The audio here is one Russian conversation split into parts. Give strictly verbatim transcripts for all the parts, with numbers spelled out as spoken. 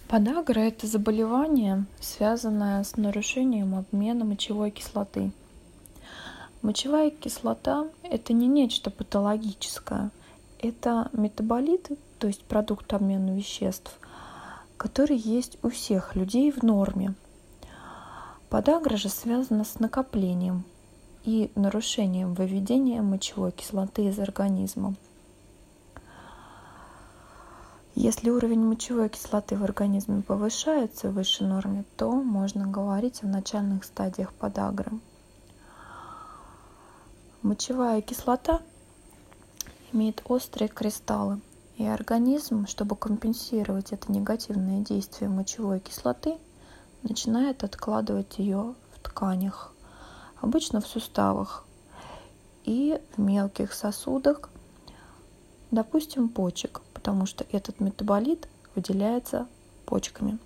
Подагра– это заболевание, связанное с нарушением обмена мочевой кислоты. Мочевая кислота– это не нечто патологическое, это метаболит, то есть продукт обмена веществ, который есть у всех людей в норме. Подагра же связана с накоплением и нарушением выведения мочевой кислоты из организма. Если уровень мочевой кислоты в организме повышается выше нормы, то можно говорить о начальных стадиях подагры. Мочевая кислота имеет острые кристаллы, и организм, чтобы компенсировать это негативное действие мочевой кислоты, начинает откладывать ее в тканях, обычно в суставах и в мелких сосудах, допустим, почек, потому что этот метаболит выделяется почками.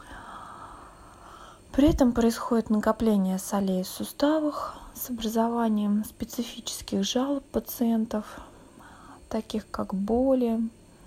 При этом происходит накопление солей в суставах с образованием специфических жалоб пациентов, таких как боли,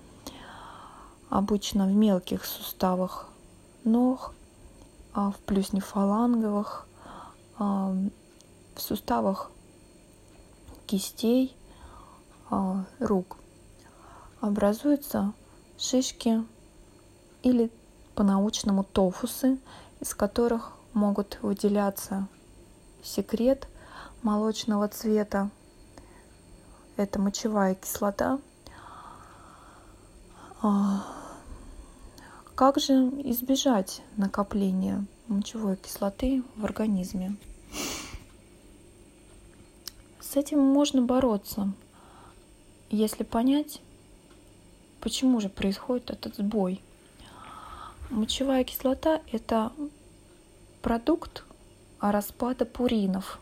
обычно в мелких суставах ног, в плюснефаланговых, в суставах кистей, рук. Образуются шишки или по-научному тофусы, из которых могут выделяться секрет молочного цвета. Это мочевая кислота. Как же избежать накопления мочевой кислоты в организме? С этим можно бороться, если понять, почему же происходит этот сбой. Мочевая кислота – это продукт распада пуринов.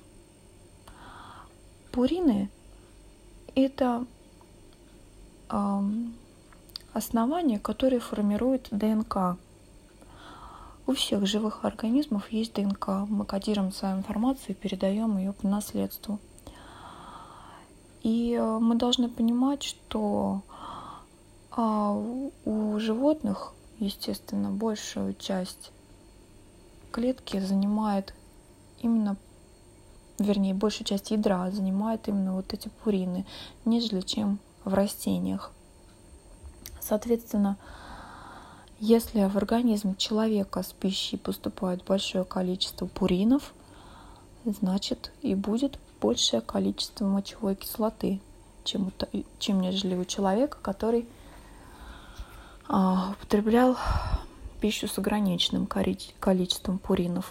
Пурины – это э, основания, которые формируют ДНК. У всех живых организмов есть ДНК. Мы кодируем свою информацию и передаем ее по наследству. И э, мы должны понимать, что А у животных, естественно, большую часть клетки занимает именно, вернее, большую часть ядра занимает именно вот эти пурины, нежели чем в растениях. Соответственно, если в организм человека с пищей поступает большое количество пуринов, значит и будет большее количество мочевой кислоты, чем, чем нежели у человека, который употреблял пищу с ограниченным количеством пуринов.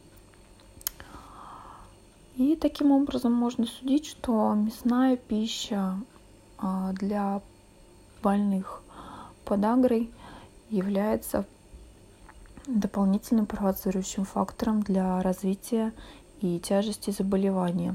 И таким образом можно судить, что мясная пища для больных подагрой является дополнительным провоцирующим фактором для развития и тяжести заболевания.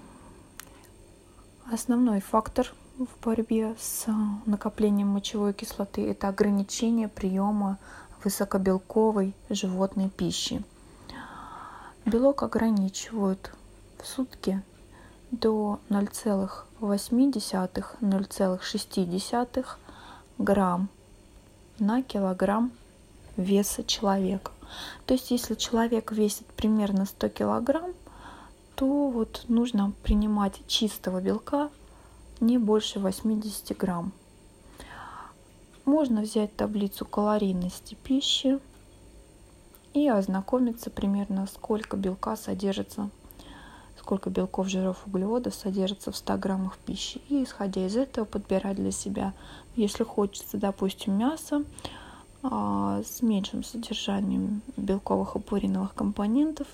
Основной фактор в борьбе с накоплением мочевой кислоты – это ограничение приема высокобелковой животной пищи. Белок ограничивают в сутки до ноль целых восемь десятых - ноль целых шесть десятых грамм на килограмм веса человека. То есть, если человек весит примерно сто килограмм, то вот нужно принимать чистого белка не больше восемьдесят грамм. Можно взять таблицу калорийности пищи и ознакомиться примерно, сколько белка содержится, сколько белков, жиров, углеводов содержится в ста граммах пищи. И исходя из этого подбирать для себя, если хочется, допустим, мясо а, с меньшим содержанием белковых и пуриновых компонентов,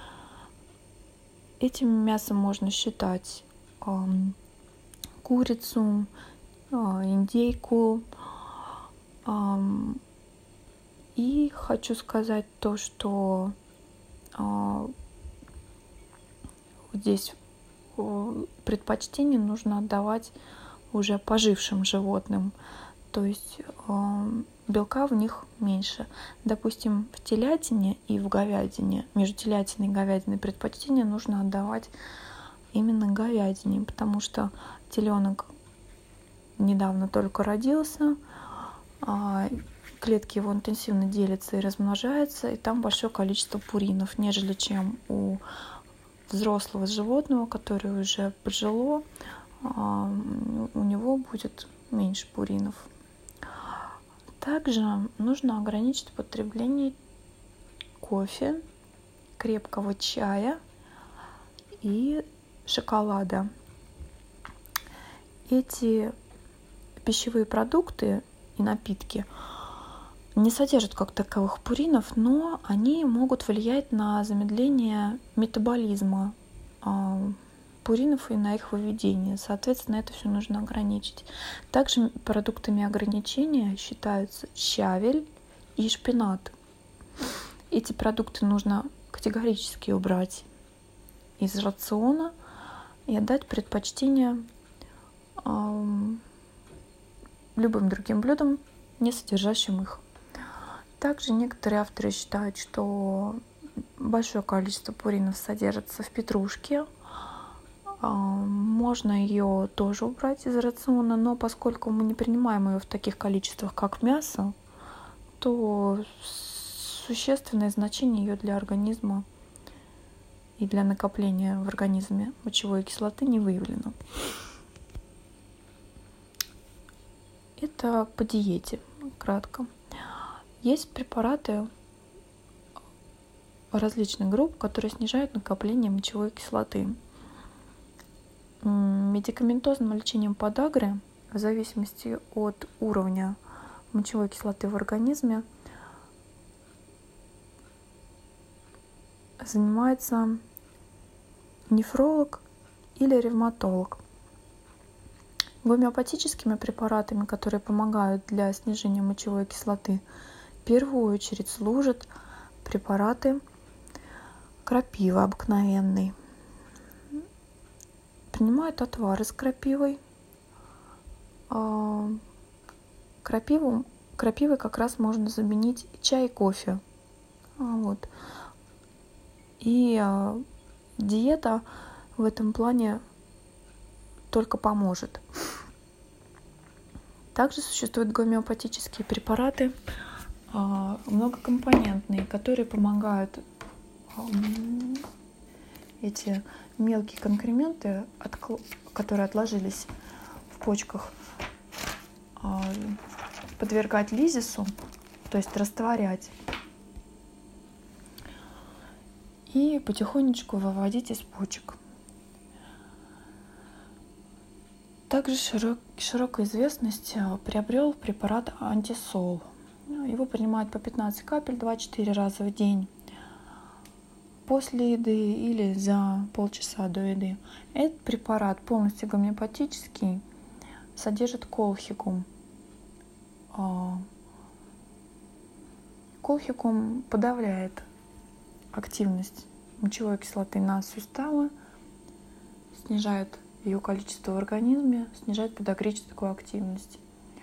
этим мясом можно считать а, курицу, индейку. И хочу сказать то, что здесь предпочтение нужно отдавать уже пожившим животным. То есть белка в них меньше. Допустим, в телятине и в говядине, между телятиной и говядиной предпочтение нужно отдавать именно говядине, потому что теленок недавно только родился, клетки его интенсивно делятся и размножаются, и там большое количество пуринов, нежели чем у взрослого животного, которое уже пожило, у него будет меньше пуринов. Также нужно ограничить потребление кофе, крепкого чая и шоколада. Эти пищевые продукты и напитки не содержат как таковых пуринов, но они могут влиять на замедление метаболизма пуринов и на их выведение. Соответственно, это все нужно ограничить. Также продуктами ограничения считаются щавель и шпинат. Эти продукты нужно категорически убрать из рациона и отдать предпочтение э, любым другим блюдам, не содержащим их. Также некоторые авторы считают, что большое количество пуринов содержится в петрушке. Можно ее тоже убрать из рациона, но поскольку мы не принимаем ее в таких количествах, как мясо, то существенное значение ее для организма и для накопления в организме мочевой кислоты не выявлено. Это по диете, кратко. Есть препараты различных групп, которые снижают накопление мочевой кислоты. Медикаментозным лечением подагры в зависимости от уровня мочевой кислоты в организме занимается нефролог или ревматолог. Гомеопатическими препаратами, которые помогают для снижения мочевой кислоты, в первую очередь служат препараты крапивы обыкновенной. Принимают отвары с крапивой. Крапиву, крапивой как раз можно заменить чай и кофе. Вот. И диета в этом плане только поможет. Также существуют гомеопатические препараты многокомпонентные, которые помогают эти мелкие конкременты, которые отложились в почках, подвергать лизису, то есть растворять, и потихонечку выводить из почек. Также широк, широкую известность приобрел препарат антисол. Его принимают по пятнадцать капель два-четыре раза в день после еды или за полчаса до еды. Этот препарат полностью гомеопатический, содержит колхикум. Колхикум подавляет активность мочевой кислоты на суставы, снижает ее количество в организме, снижает подагрическую активность.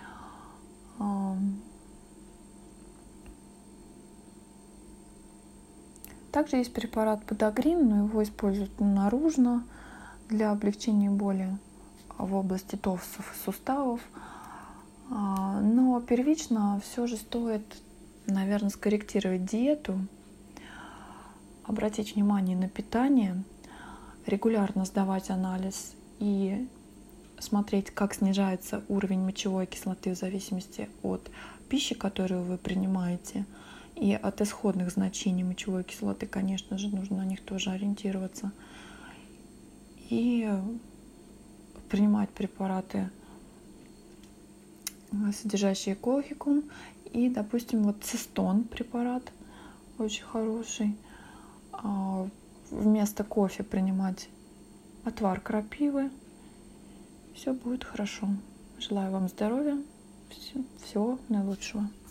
Также есть препарат подагрин, но его используют наружно для облегчения боли в области товсов и суставов. Но первично все же стоит, наверное, скорректировать диету, обратить внимание на питание, регулярно сдавать анализ и смотреть, как снижается уровень мочевой кислоты в зависимости от пищи, которую вы принимаете, и от исходных значений мочевой кислоты, конечно же, нужно на них тоже ориентироваться. И принимать препараты, содержащие колхикум, и, допустим, вот цистон препарат очень хороший. Вместо кофе принимать отвар крапивы. Все будет хорошо. Желаю вам здоровья, всего наилучшего.